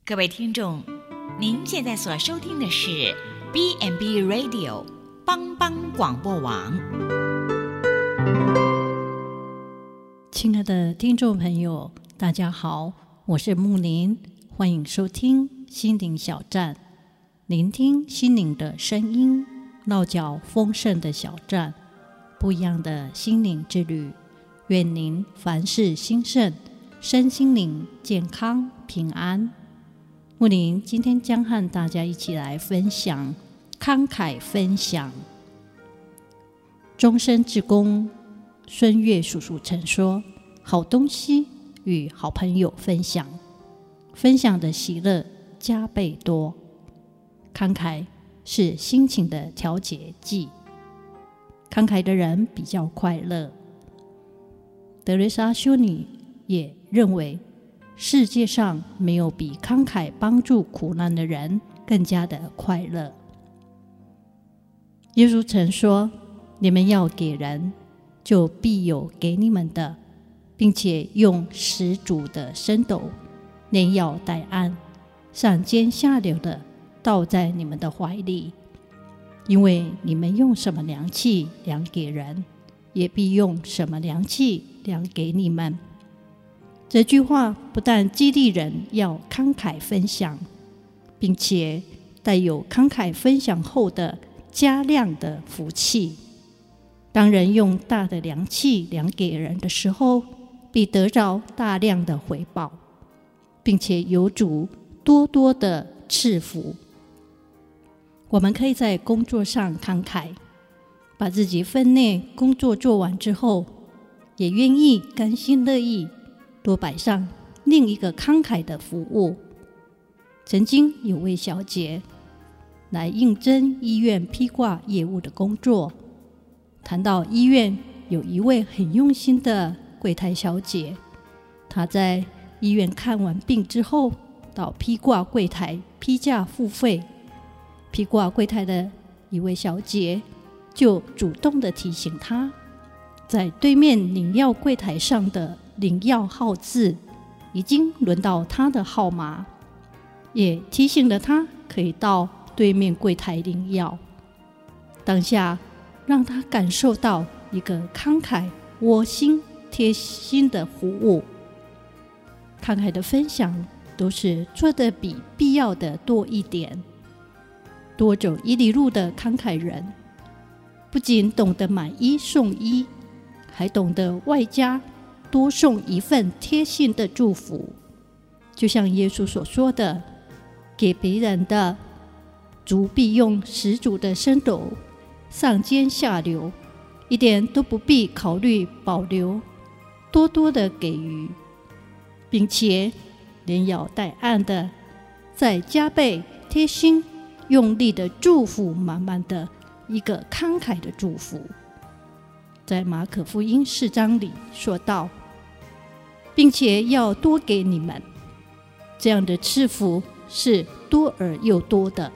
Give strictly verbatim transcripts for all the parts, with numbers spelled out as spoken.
各位听众，您现在所收听的是 B and B Radio 帮帮广播网。 亲爱的听众朋友，大家好，我是木林，欢迎收听心灵小站，聆听心灵的声音，落脚丰盛的小站，不一样的心灵之旅。愿您凡事兴盛，身心灵健康平安。木林今天将和大家一起来分享慷慨分享。终身志工孙悦叔叔曾说，好东西与好朋友分享，分享的喜乐加倍多。慷慨是心情的调节剂，慷慨的人比较快乐。德蕾莎修女也认为，世界上没有比慷慨帮助苦难的人更加的快乐。耶稣曾说，你们要给人，就必有给你们的，并且用十足的升斗，连摇带按，上尖下流的倒在你们的怀里。因为你们用什么量器量给人，也必用什么量器量给你们。这句话不但激励人要慷慨分享，并且带有慷慨分享后的加量的福气。当人用大的量器量给人的时候，必得着大量的回报，并且有主多多的赐福。我们可以在工作上慷慨，把自己分内工作做完之后，也愿意甘心乐意多摆上另一个慷慨的服务。曾经有位小姐来应征医院披挂业务的工作，谈到医院有一位很用心的柜台小姐，她在医院看完病之后，到披挂柜台批价付费。披挂柜台的一位小姐就主动的提醒她，在对面领药柜台上的领药号字已经轮到他的号码，也提醒了他可以到对面柜台领药。当下让他感受到一个慷慨窝心贴心的服务。慷慨的分享都是做得比必要的多一点。多走一里路的慷慨人，不仅懂得买一送一，还懂得外加多送一份贴心的祝福。就像耶稣所说的，给别人的，主必用十足的升斗，上尖下流，一点都不必考虑保留，多多的给予，并且连摇带按的再加倍贴心用力的祝福，满满的一个慷慨的祝福。在马可福音四章里说道，并且要多给你们，这样的赐福是多而又多的。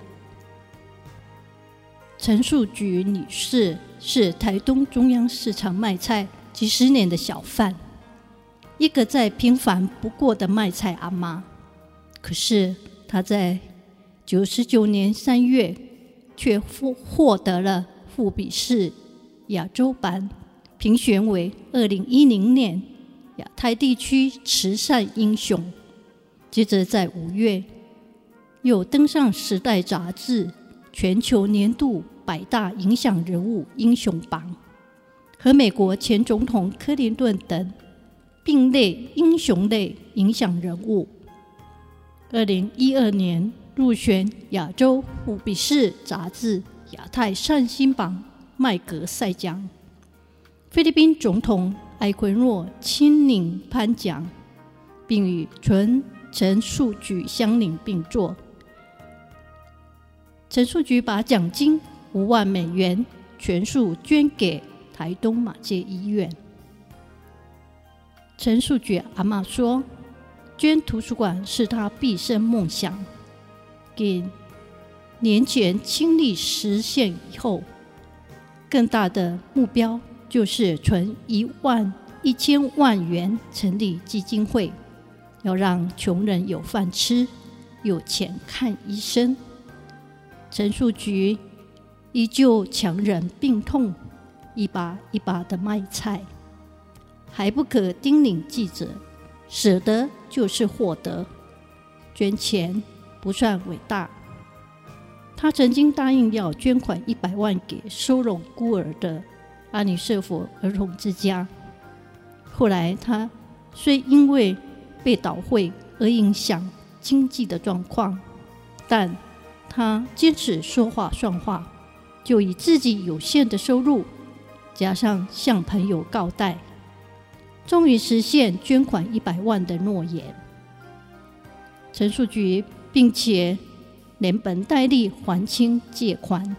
陈树菊女士是台东中央市场卖菜几十年的小贩，一个再平凡不过的卖菜阿妈。可是她在九十九年三月却获得了富比士亚洲版评选为二零一零年亚太地区慈善英雄。接着在五月又登上时代杂志全球年度百大影响人物英雄榜，和美国前总统克林顿等并列英雄类影响人物。二零一二年入选亚洲富比士杂志亚太善心榜麦格赛奖。菲律宾总统埃奎诺亲领颁奖，并与纯陈树菊相领并坐。陈树菊把奖金五万美元全数捐给台东马偕医院。陈树菊阿嬷说，捐图书馆是她毕生梦想，给年前倾力实现以后，更大的目标就是存一万一千万元成立基金会，要让穷人有饭吃， 有钱看医生。陈树菊依旧强忍病痛，一把一把的卖菜，还不可叮咛记者，舍得就是获得，捐钱不算伟大。他曾经答应要捐款一百万给收容孤儿的阿尼舍佛儿童之家。后来他虽因为被倒会而影响经济的状况，但他坚持说话算话，就以自己有限的收入，加上向朋友告贷，终于实现捐款一百万的诺言。陈树菊并且连本带利还清借款。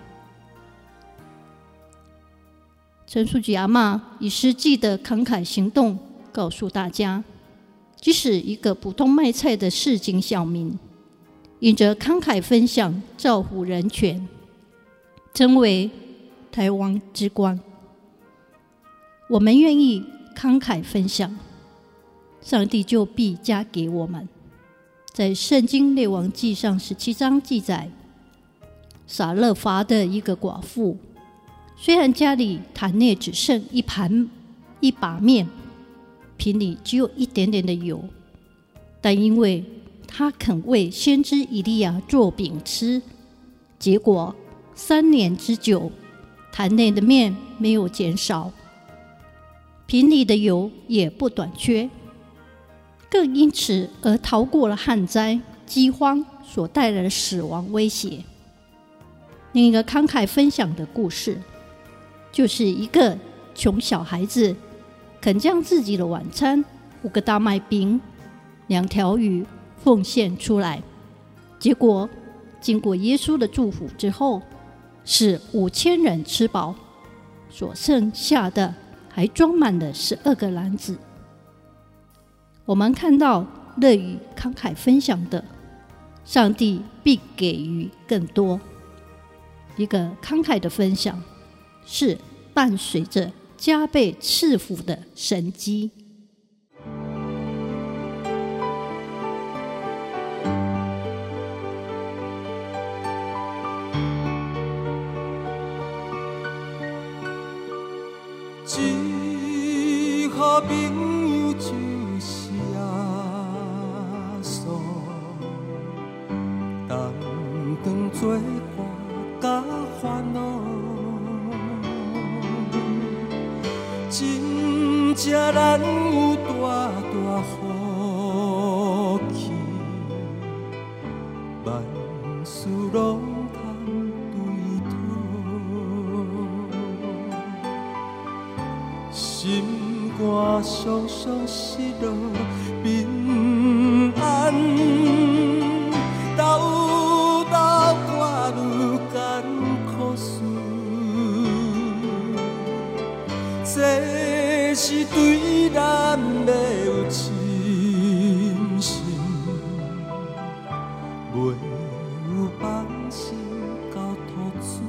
陈树菊阿嬷以实际的慷慨行动告诉大家，即使一个普通卖菜的市井小民，因着慷慨分享照护人权，成为台湾之光。我们愿意慷慨分享，上帝就必加给我们。在圣经列王纪上十七章记载，撒勒法的一个寡妇，虽然家里坛内只剩一盘一把面，瓶里只有一点点的油，但因为她肯为先知以利亚做饼吃，结果三年之久，坛内的面没有减少，瓶里的油也不短缺，更因此而逃过了旱灾、饥荒所带来的死亡威胁。另一个慷慨分享的故事，就是一个穷小孩子肯将自己的晚餐五个大麦饼、两条鱼奉献出来，结果经过耶稣的祝福之后，使五千人吃饱，所剩下的还装满了十二个篮子。我们看到乐于慷慨分享的，上帝必给予更多。一个慷慨的分享是伴随着加倍赐福的神迹。 一好朋友就是耶稣，担当作伴甲烦恼，真正咱有大大福气，万事拢通对讨。心肝常常失落平安，斗斗挂愈艰苦事，这是对咱要有信心，袂有放心交托主。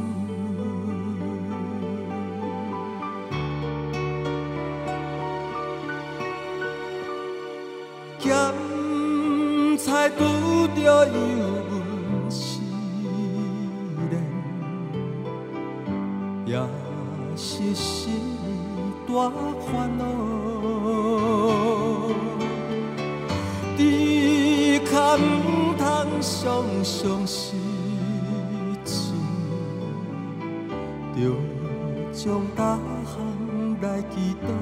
咸菜拄着油温思念，也是心大烦恼。只可唔通常常失志，着将大项来祈祷。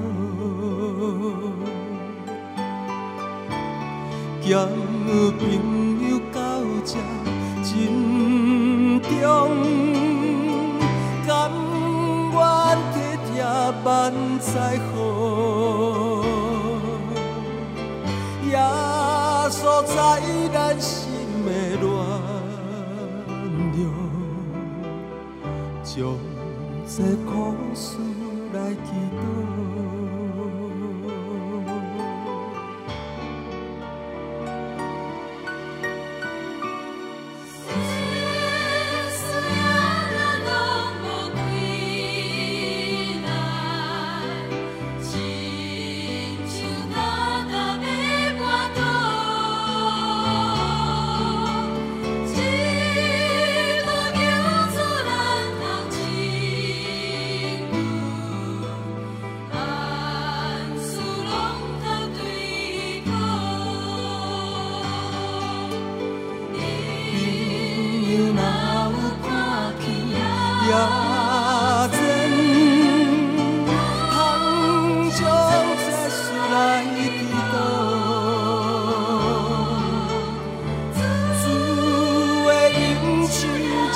咸朋友到这真重，甘愿体贴万载好，耶稣在咱心的软弱，将这苦事来祈祷。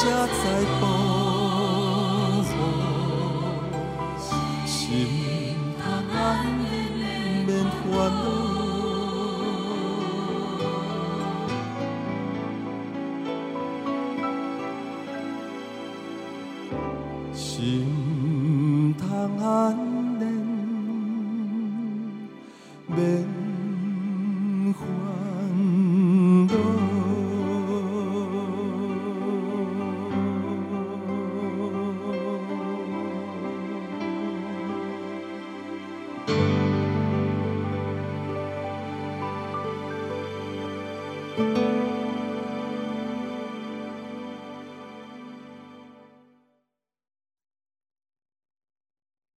才在保护，心通安宁免烦恼。心